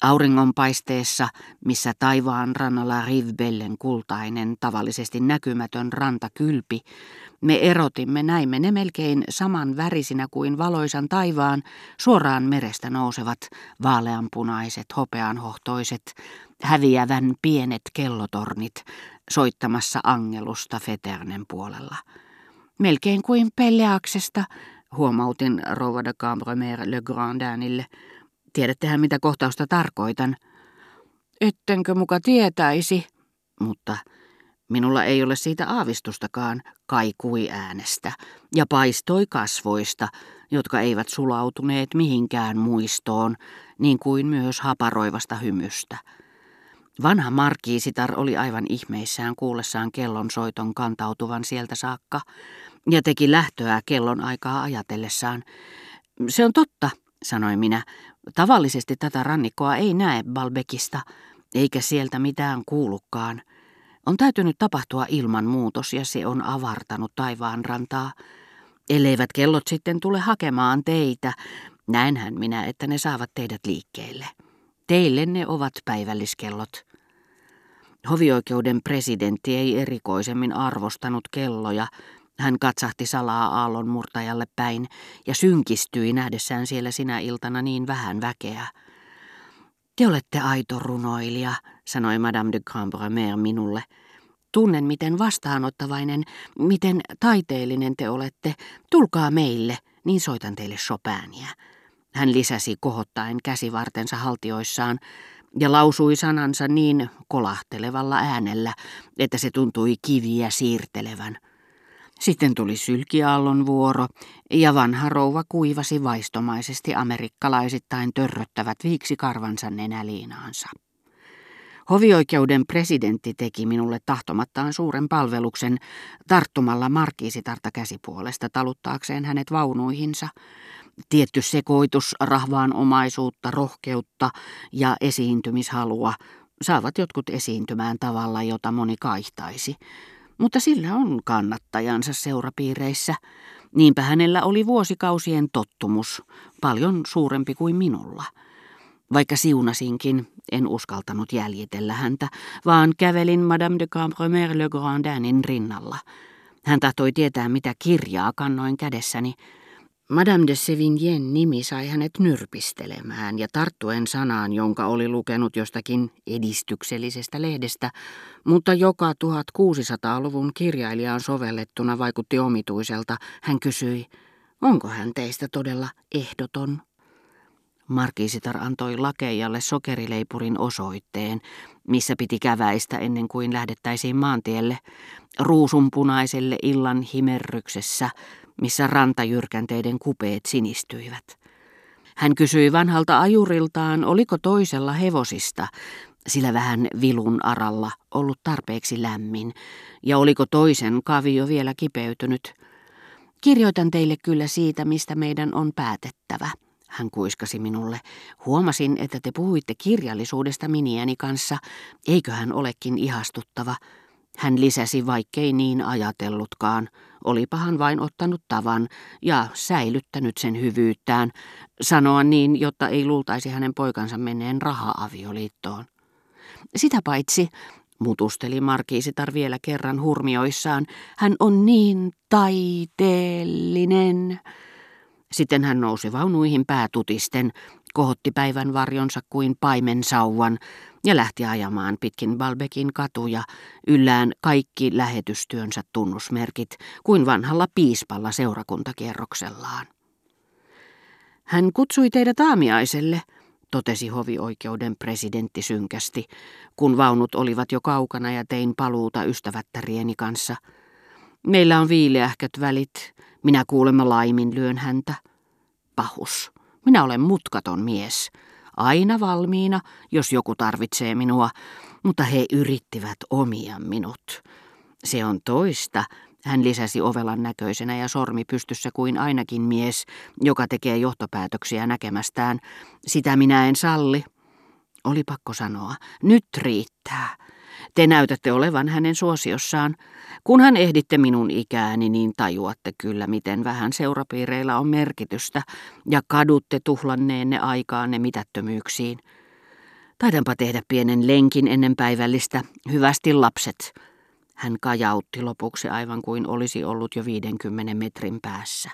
Auringonpaisteessa, missä taivaan rannalla Rivbellen kultainen, tavallisesti näkymätön ranta kylpi, me erotimme, näimme ne melkein saman värisinä kuin valoisan taivaan, suoraan merestä nousevat, vaaleanpunaiset, hopeanhohtoiset, häviävän pienet kellotornit, soittamassa angelusta Feternen puolella. Melkein kuin Pelleaksesta, huomautin rouva de Cambremer Le Grandinille. Tiedättehän, mitä kohtausta tarkoitan. Ettenkö muka tietäisi, mutta minulla ei ole siitä aavistustakaan, kaikui äänestä ja paistoi kasvoista, jotka eivät sulautuneet mihinkään muistoon, niin kuin myös haparoivasta hymystä. Vanha markiisitar oli aivan ihmeissään kuullessaan kellonsoiton kantautuvan sieltä saakka ja teki lähtöä kellon aikaa ajatellessaan. Se on totta, sanoin minä. Tavallisesti tätä rannikkoa ei näe Balbekista, eikä sieltä mitään kuulukaan. On täytynyt tapahtua ilmanmuutos ja se on avartanut taivaanrantaa. Elleivät kellot sitten tule hakemaan teitä, näenhän minä, että ne saavat teidät liikkeelle. Teille ne ovat päivälliskellot. Hovioikeuden presidentti ei erikoisemmin arvostanut kelloja. Hän katsahti salaa aallon murtajalle päin ja synkistyi nähdessään siellä sinä iltana niin vähän väkeä. Te olette aito runoilija, sanoi Madame de Cambremer minulle. Tunnen, miten vastaanottavainen, miten taiteellinen te olette. Tulkaa meille, niin soitan teille Chopinia. Hän lisäsi kohottaen käsivartensa haltioissaan ja lausui sanansa niin kolahtelevalla äänellä, että se tuntui kiviä siirtelevän. Sitten tuli Sylkiaallon vuoro, ja vanha rouva kuivasi vaistomaisesti amerikkalaisittain törröttävät viiksikarvansa nenäliinaansa. Hovioikeuden presidentti teki minulle tahtomattaan suuren palveluksen tarttumalla markiisitarta käsipuolesta taluttaakseen hänet vaunuihinsa. Tietty sekoitus rahvaanomaisuutta, rohkeutta ja esiintymishalua saavat jotkut esiintymään tavalla, jota moni kaihtaisi. Mutta sillä on kannattajansa seurapiireissä. Niinpä hänellä oli vuosikausien tottumus, paljon suurempi kuin minulla. Vaikka siunasinkin, en uskaltanut jäljitellä häntä, vaan kävelin Madame de Cambremer Le Grandinin rinnalla. Hän tahtoi tietää, mitä kirjaa kannoin kädessäni. Madame de Sévignen nimi sai hänet nyrpistelemään ja tarttuen sanaan, jonka oli lukenut jostakin edistyksellisestä lehdestä, mutta joka 1600-luvun kirjailijaan sovellettuna vaikutti omituiselta, hän kysyi, onko hän teistä todella ehdoton? Markiisitar antoi lakeijalle sokerileipurin osoitteen, missä piti käväistä ennen kuin lähdettäisiin maantielle, ruusunpunaiselle illan himerryksessä, missä rantajyrkänteiden kupeet sinistyivät. Hän kysyi vanhalta ajuriltaan, oliko toisella hevosista, sillä vähän vilun aralla ollut tarpeeksi lämmin, ja oliko toisen kavio vielä kipeytynyt. Kirjoitan teille kyllä siitä, mistä meidän on päätettävä, hän kuiskasi minulle. Huomasin, että te puhuitte kirjallisuudesta miniäni kanssa, eikö hän olekin ihastuttava. Hän lisäsi, vaikkei niin ajatellutkaan, olipahan vain ottanut tavan ja säilyttänyt sen hyvyyttään, sanoa niin, jotta ei luultaisi hänen poikansa menneen raha-avioliittoon. Sitä paitsi, mutusteli markiisitar vielä kerran hurmioissaan, hän on niin taiteellinen. Sitten hän nousi vaunuihin päätutisten, kohotti päivän varjonsa kuin paimensauvan ja lähti ajamaan pitkin Balbekin katuja yllään kaikki lähetystyönsä tunnusmerkit kuin vanhalla piispalla seurakuntakierroksellaan. Hän kutsui teidät aamiaiselle, totesi hovioikeuden presidentti synkästi, kun vaunut olivat jo kaukana ja tein paluuta ystävättärieni kanssa. Meillä on viileähköt välit, minä kuulemma laiminlyön häntä. Pahus, minä olen mutkaton mies, aina valmiina, jos joku tarvitsee minua, mutta he yrittivät omia minut. Se on toista, hän lisäsi ovelan näköisenä ja sormi pystyssä kuin ainakin mies, joka tekee johtopäätöksiä näkemästään. Sitä minä en salli. Oli pakko sanoa, nyt riittää. Te näytätte olevan hänen suosiossaan. Kunhan ehditte minun ikääni, niin tajuatte kyllä, miten vähän seurapiireillä on merkitystä, ja kadutte tuhlanneenne aikaanne mitättömyyksiin. Taidanpa tehdä pienen lenkin ennen päivällistä. Hyvästi lapset. Hän kajautti lopuksi aivan kuin olisi ollut jo 50 metrin päässä.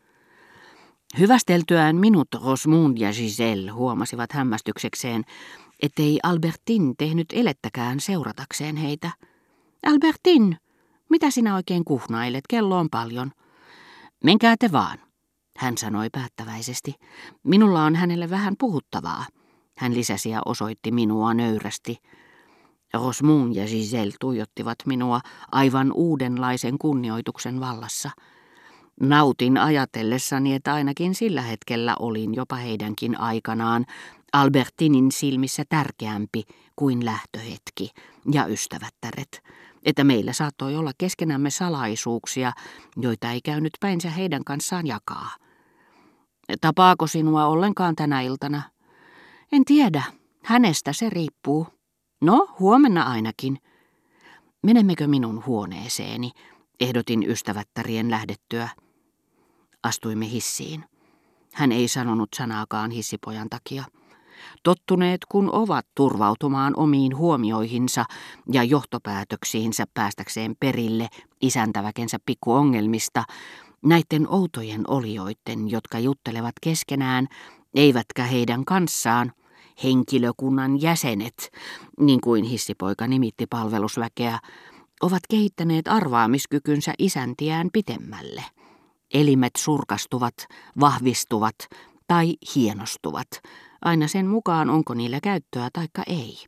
Hyvästeltyään minut Rosemunde ja Giselle huomasivat hämmästyksekseen, ettei Albertine tehnyt elettäkään seuratakseen heitä. Albertine, mitä sinä oikein kuhnailet? Kello on paljon. Menkää te vaan, hän sanoi päättäväisesti. Minulla on hänelle vähän puhuttavaa. Hän lisäsi ja osoitti minua nöyrästi. Rosemunde ja Giselle tuijottivat minua aivan uudenlaisen kunnioituksen vallassa. Nautin ajatellessani, että ainakin sillä hetkellä olin jopa heidänkin aikanaan Albertinin silmissä tärkeämpi kuin lähtöhetki ja ystävättäret, että meillä saattoi olla keskenämme salaisuuksia, joita ei käynyt päinsä heidän kanssaan jakaa. Tapaako sinua ollenkaan tänä iltana? En tiedä, hänestä se riippuu. No, huomenna ainakin. Menemmekö minun huoneeseeni, ehdotin ystävättärien lähdettyä. Astuimme hissiin. Hän ei sanonut sanaakaan hissipojan takia. Tottuneet kun ovat turvautumaan omiin huomioihinsa ja johtopäätöksiinsä päästäkseen perille isäntäväkensä pikkuongelmista, näiden outojen olioiden, jotka juttelevat keskenään, eivätkä heidän kanssaan, henkilökunnan jäsenet, niin kuin hissipoika nimitti palvelusväkeä, ovat kehittäneet arvaamiskykynsä isäntiään pitemmälle. Elimet surkastuvat, vahvistuvat tai hienostuvat, aina sen mukaan onko niillä käyttöä taikka ei.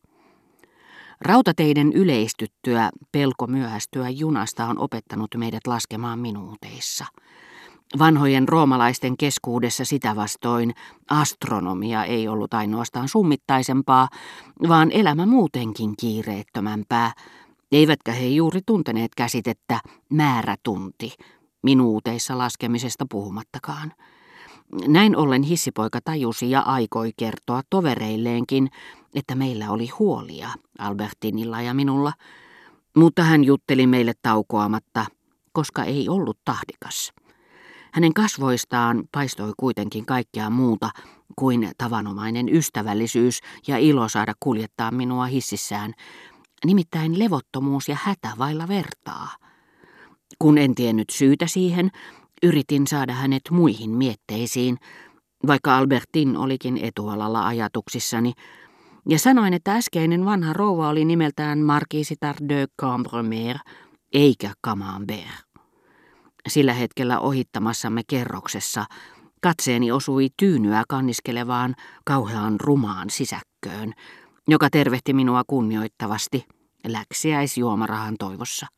Rautateiden yleistyttyä pelko myöhästyä junasta on opettanut meidät laskemaan minuuteissa. Vanhojen roomalaisten keskuudessa sitä vastoin astronomia ei ollut ainoastaan summittaisempaa, vaan elämä muutenkin kiireettömämpää, eivätkä he juuri tunteneet käsitettä määrätunti, minuuteissa laskemisesta puhumattakaan. Näin ollen hissipoika tajusi ja aikoi kertoa tovereilleenkin, että meillä oli huolia Albertinilla ja minulla, mutta hän jutteli meille taukoamatta, koska ei ollut tahdikas. Hänen kasvoistaan paistoi kuitenkin kaikkea muuta kuin tavanomainen ystävällisyys ja ilo saada kuljettaa minua hississään, nimittäin levottomuus ja hätä vailla vertaa. Kun en tiennyt syytä siihen, yritin saada hänet muihin mietteisiin, vaikka Albertine olikin etualalla ajatuksissani, ja sanoin, että äskeinen vanha rouva oli nimeltään Marquisitar de Cambremer, eikä Camembert. Sillä hetkellä ohittamassamme kerroksessa katseeni osui tyynyä kanniskelevaan kauhean rumaan sisäkköön, joka tervehti minua kunnioittavasti läksiäisjuomarahan toivossa.